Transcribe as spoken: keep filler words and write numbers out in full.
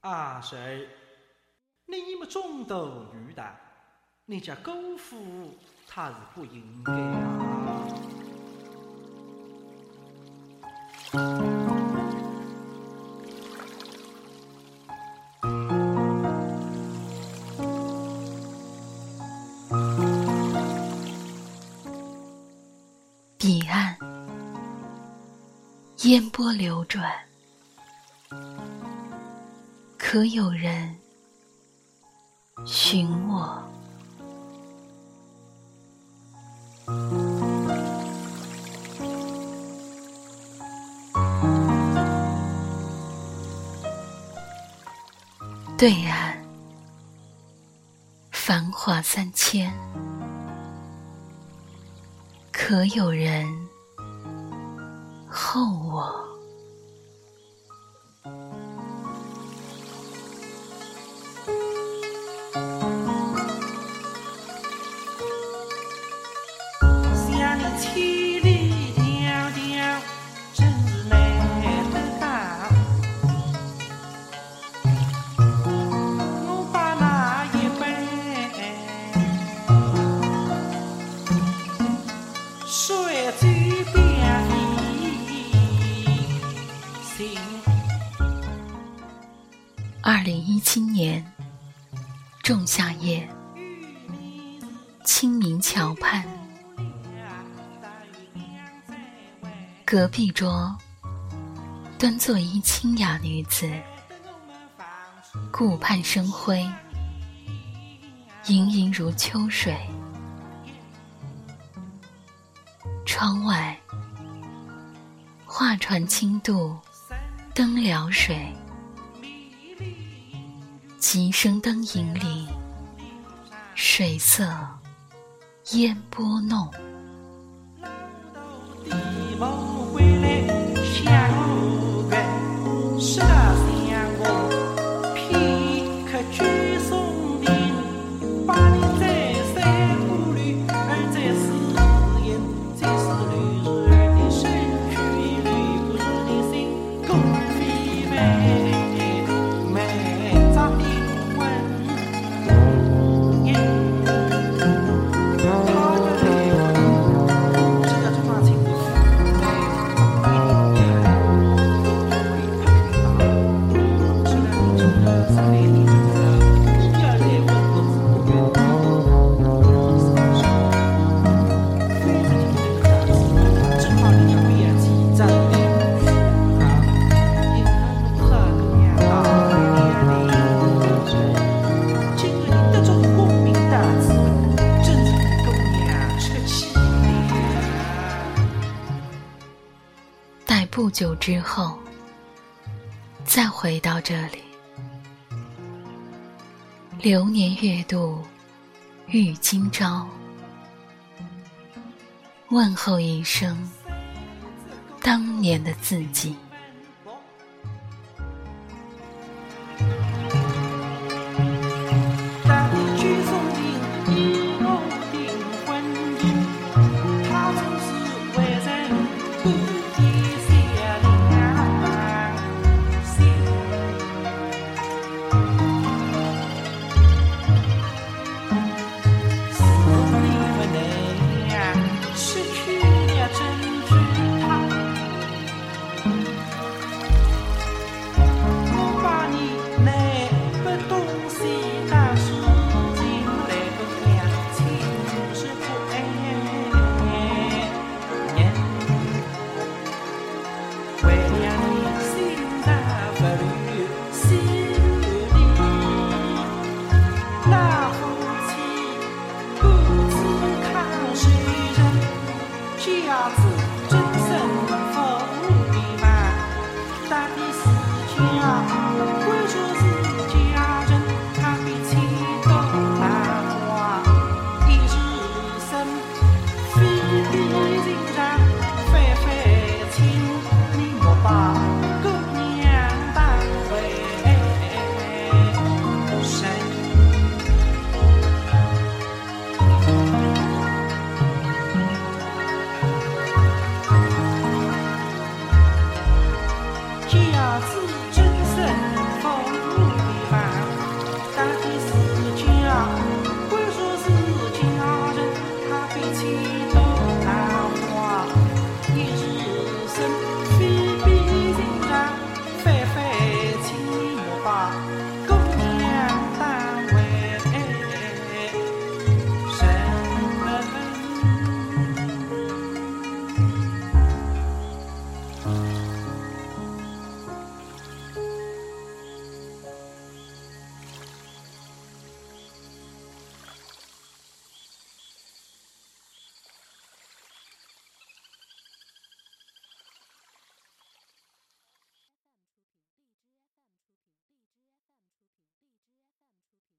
阿婶，你们种豆女的，你家姑父他是不应该啊。 彼岸，烟波流转，可有人寻我？对岸，繁华三千，可有人候我？ 想你千里迢迢，真是难得到。我把那一杯水酒表心。 二零一七年仲夏夜，清明桥畔，隔壁桌端坐一清雅女子，顾盼生辉，盈盈如秋水。窗外，画船轻渡，灯撩水，极声灯影里，水色烟波弄。 地梦归来相约，是的相我片刻居松林，把你再三顾虑，而在思言，在思虑日的身躯，虑不是的心，共非美，美杂的魂。 不久之后，再回到这里，流年月度遇今朝，问候一声当年的自己。